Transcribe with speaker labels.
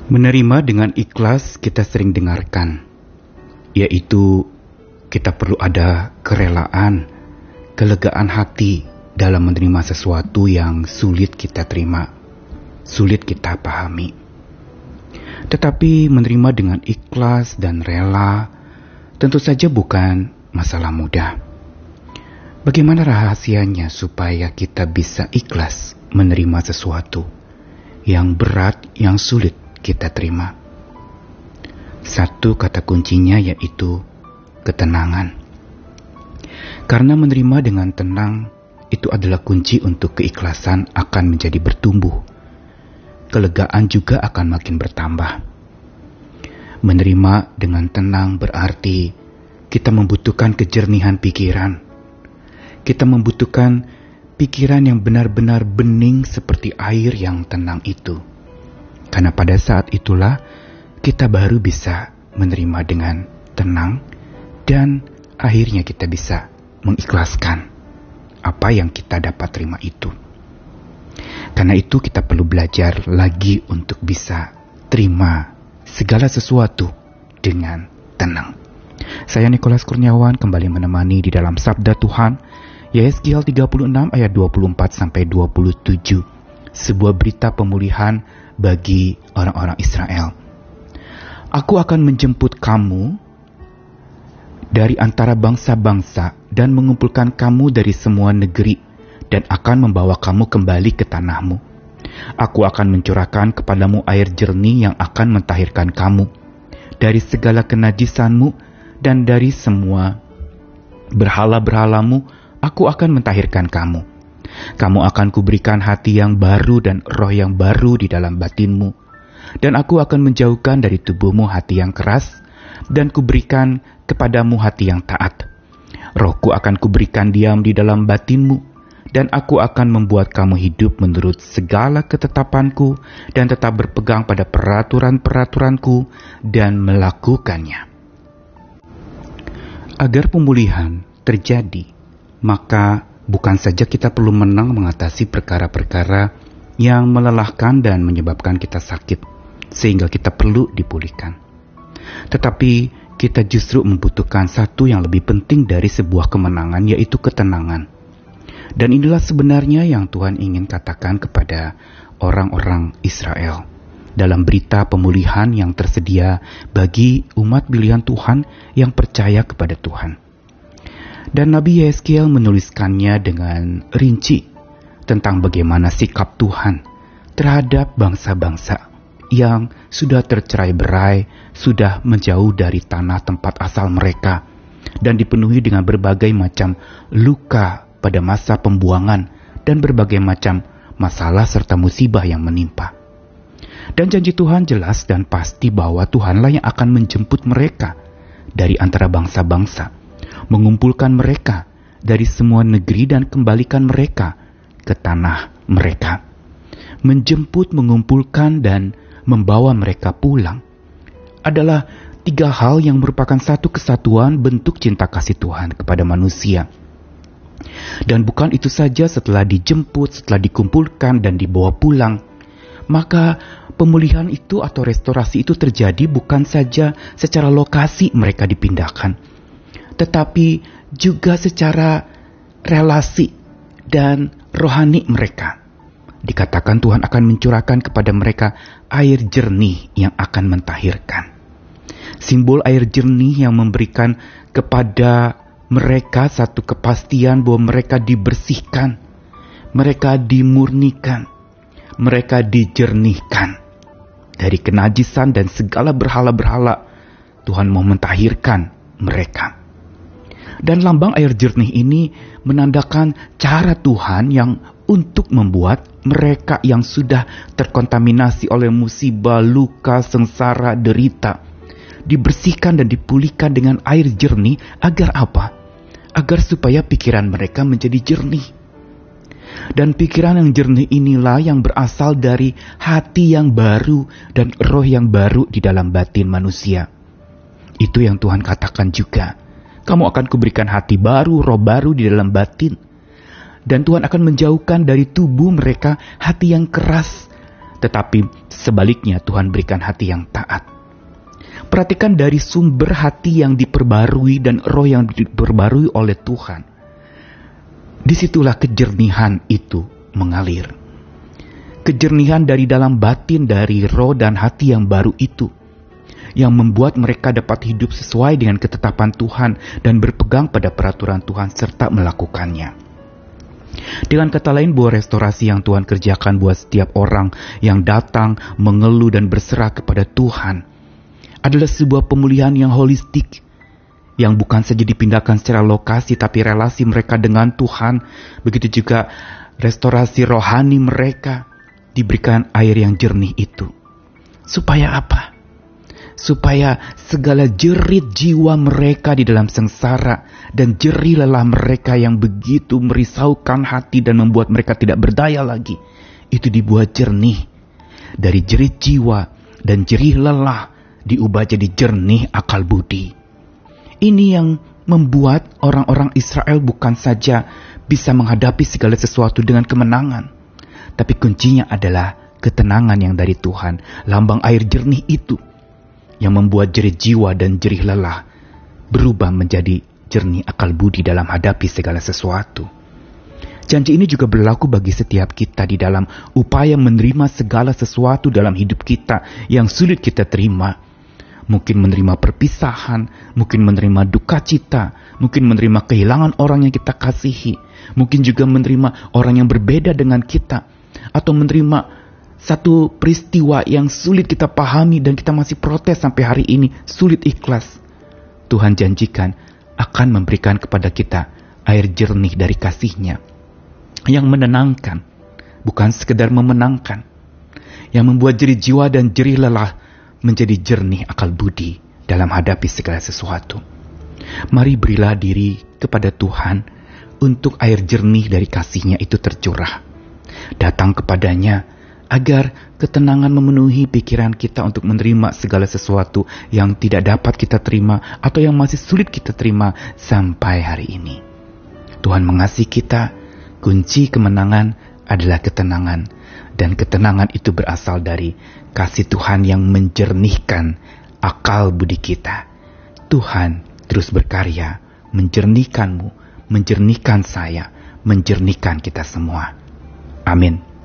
Speaker 1: Menerima dengan ikhlas kita sering dengarkan, yaitu kita perlu ada kerelaan, kelegaan hati dalam menerima sesuatu yang sulit kita terima, sulit kita pahami. Tetapi menerima dengan ikhlas dan rela tentu saja bukan masalah mudah. Bagaimana rahasianya supaya kita bisa ikhlas menerima sesuatu yang berat, yang sulit kita terima? Satu kata kuncinya yaitu ketenangan. Karena menerima dengan tenang itu adalah kunci untuk keikhlasan akan menjadi bertumbuh. Kelegaan juga akan makin bertambah. Menerima dengan tenang berarti kita membutuhkan kejernihan pikiran. Kita membutuhkan pikiran yang benar-benar bening seperti air yang tenang itu. Karena pada saat itulah kita baru bisa menerima dengan tenang dan akhirnya kita bisa mengikhlaskan apa yang kita dapat terima itu. Karena itu kita perlu belajar lagi untuk bisa terima segala sesuatu dengan tenang. Saya Nikolas Kurniawan kembali menemani di dalam Sabda Tuhan, Yeskiel 36 ayat 24-27. Sebuah berita pemulihan bagi orang-orang Israel. Aku akan menjemput kamu dari antara bangsa-bangsa dan mengumpulkan kamu dari semua negeri dan akan membawa kamu kembali ke tanahmu. Aku akan mencurahkan kepadamu air jernih yang akan mentahirkan kamu dari segala kenajisanmu dan dari semua berhala-berhalamu. Aku akan mentahirkan kamu. Kamu akan kuberikan hati yang baru dan roh yang baru di dalam batinmu. Dan aku akan menjauhkan dari tubuhmu hati yang keras, dan kuberikan kepadamu hati yang taat. Rohku akan kuberikan diam di dalam batinmu, dan aku akan membuat kamu hidup menurut segala ketetapanku, dan tetap berpegang pada peraturan-peraturanku, dan melakukannya. Agar pemulihan terjadi, maka bukan saja kita perlu menang mengatasi perkara-perkara yang melelahkan dan menyebabkan kita sakit, sehingga kita perlu dipulihkan. Tetapi kita justru membutuhkan satu yang lebih penting dari sebuah kemenangan, yaitu ketenangan. Dan inilah sebenarnya yang Tuhan ingin katakan kepada orang-orang Israel dalam berita pemulihan yang tersedia bagi umat pilihan Tuhan yang percaya kepada Tuhan. Dan Nabi Yeskiel menuliskannya dengan rinci tentang bagaimana sikap Tuhan terhadap bangsa-bangsa yang sudah tercerai-berai, sudah menjauh dari tanah tempat asal mereka, dan dipenuhi dengan berbagai macam luka pada masa pembuangan dan berbagai macam masalah serta musibah yang menimpa. Dan janji Tuhan jelas dan pasti bahwa Tuhanlah yang akan menjemput mereka dari antara bangsa-bangsa, mengumpulkan mereka dari semua negeri dan kembalikan mereka ke tanah mereka. Menjemput, mengumpulkan, dan membawa mereka pulang adalah tiga hal yang merupakan satu kesatuan bentuk cinta kasih Tuhan kepada manusia. Dan bukan itu saja, setelah dijemput, setelah dikumpulkan dan dibawa pulang, maka pemulihan itu atau restorasi itu terjadi bukan saja secara lokasi mereka dipindahkan, tetapi juga secara relasi dan rohani mereka. Dikatakan Tuhan akan mencurahkan kepada mereka air jernih yang akan mentahirkan. Simbol air jernih yang memberikan kepada mereka satu kepastian bahwa mereka dibersihkan, mereka dimurnikan, mereka dijernihkan dari kenajisan dan segala berhala-berhala. Tuhan mau mentahirkan mereka. Dan lambang air jernih ini menandakan cara Tuhan yang untuk membuat mereka yang sudah terkontaminasi oleh musibah, luka, sengsara, derita, dibersihkan dan dipulihkan dengan air jernih. Agar apa? Agar supaya pikiran mereka menjadi jernih. Dan pikiran yang jernih inilah yang berasal dari hati yang baru dan roh yang baru di dalam batin manusia. Itu yang Tuhan katakan juga. Kamu akan kuberikan hati baru, roh baru di dalam batin. Dan Tuhan akan menjauhkan dari tubuh mereka hati yang keras tetapi sebaliknya Tuhan berikan hati yang taat. Perhatikan dari sumber hati yang diperbarui dan roh yang diperbarui oleh Tuhan. Disitulah kejernihan itu mengalir. Kejernihan dari dalam batin dari roh dan hati yang baru itu, yang membuat mereka dapat hidup sesuai dengan ketetapan Tuhan dan berpegang pada peraturan Tuhan serta melakukannya. Dengan kata lain, bahwa restorasi yang Tuhan kerjakan buat setiap orang yang datang mengeluh dan berserah kepada Tuhan adalah sebuah pemulihan yang holistik, yang bukan saja dipindahkan secara lokasi, tapi relasi mereka dengan Tuhan. Begitu juga restorasi rohani mereka diberikan air yang jernih itu. Supaya apa? Supaya segala jerit jiwa mereka di dalam sengsara dan jerih lelah mereka yang begitu merisaukan hati dan membuat mereka tidak berdaya lagi, itu dibuat jernih. Dari jerit jiwa dan jerih lelah diubah jadi jernih akal budi. Ini yang membuat orang-orang Israel bukan saja bisa menghadapi segala sesuatu dengan kemenangan, tapi kuncinya adalah ketenangan yang dari Tuhan, lambang air jernih itu, yang membuat jerih jiwa dan jerih lelah berubah menjadi jernih akal budi dalam hadapi segala sesuatu. Janji ini juga berlaku bagi setiap kita di dalam upaya menerima segala sesuatu dalam hidup kita yang sulit kita terima. Mungkin menerima perpisahan, mungkin menerima duka cita, mungkin menerima kehilangan orang yang kita kasihi, mungkin juga menerima orang yang berbeda dengan kita, atau menerima satu peristiwa yang sulit kita pahami dan kita masih protes sampai hari ini, sulit ikhlas. Tuhan janjikan akan memberikan kepada kita air jernih dari kasih-Nya yang menenangkan, bukan sekedar memenangkan, yang membuat jerih jiwa dan jerih lelah menjadi jernih akal budi dalam hadapi segala sesuatu. Mari berilah diri kepada Tuhan untuk air jernih dari kasih-Nya itu tercurah. Datang kepadanya agar ketenangan memenuhi pikiran kita untuk menerima segala sesuatu yang tidak dapat kita terima atau yang masih sulit kita terima sampai hari ini. Tuhan mengasihi kita. Kunci kemenangan adalah ketenangan, dan ketenangan itu berasal dari kasih Tuhan yang menjernihkan akal budi kita. Tuhan terus berkarya menjernihkanmu, menjernihkan saya, menjernihkan kita semua. Amin.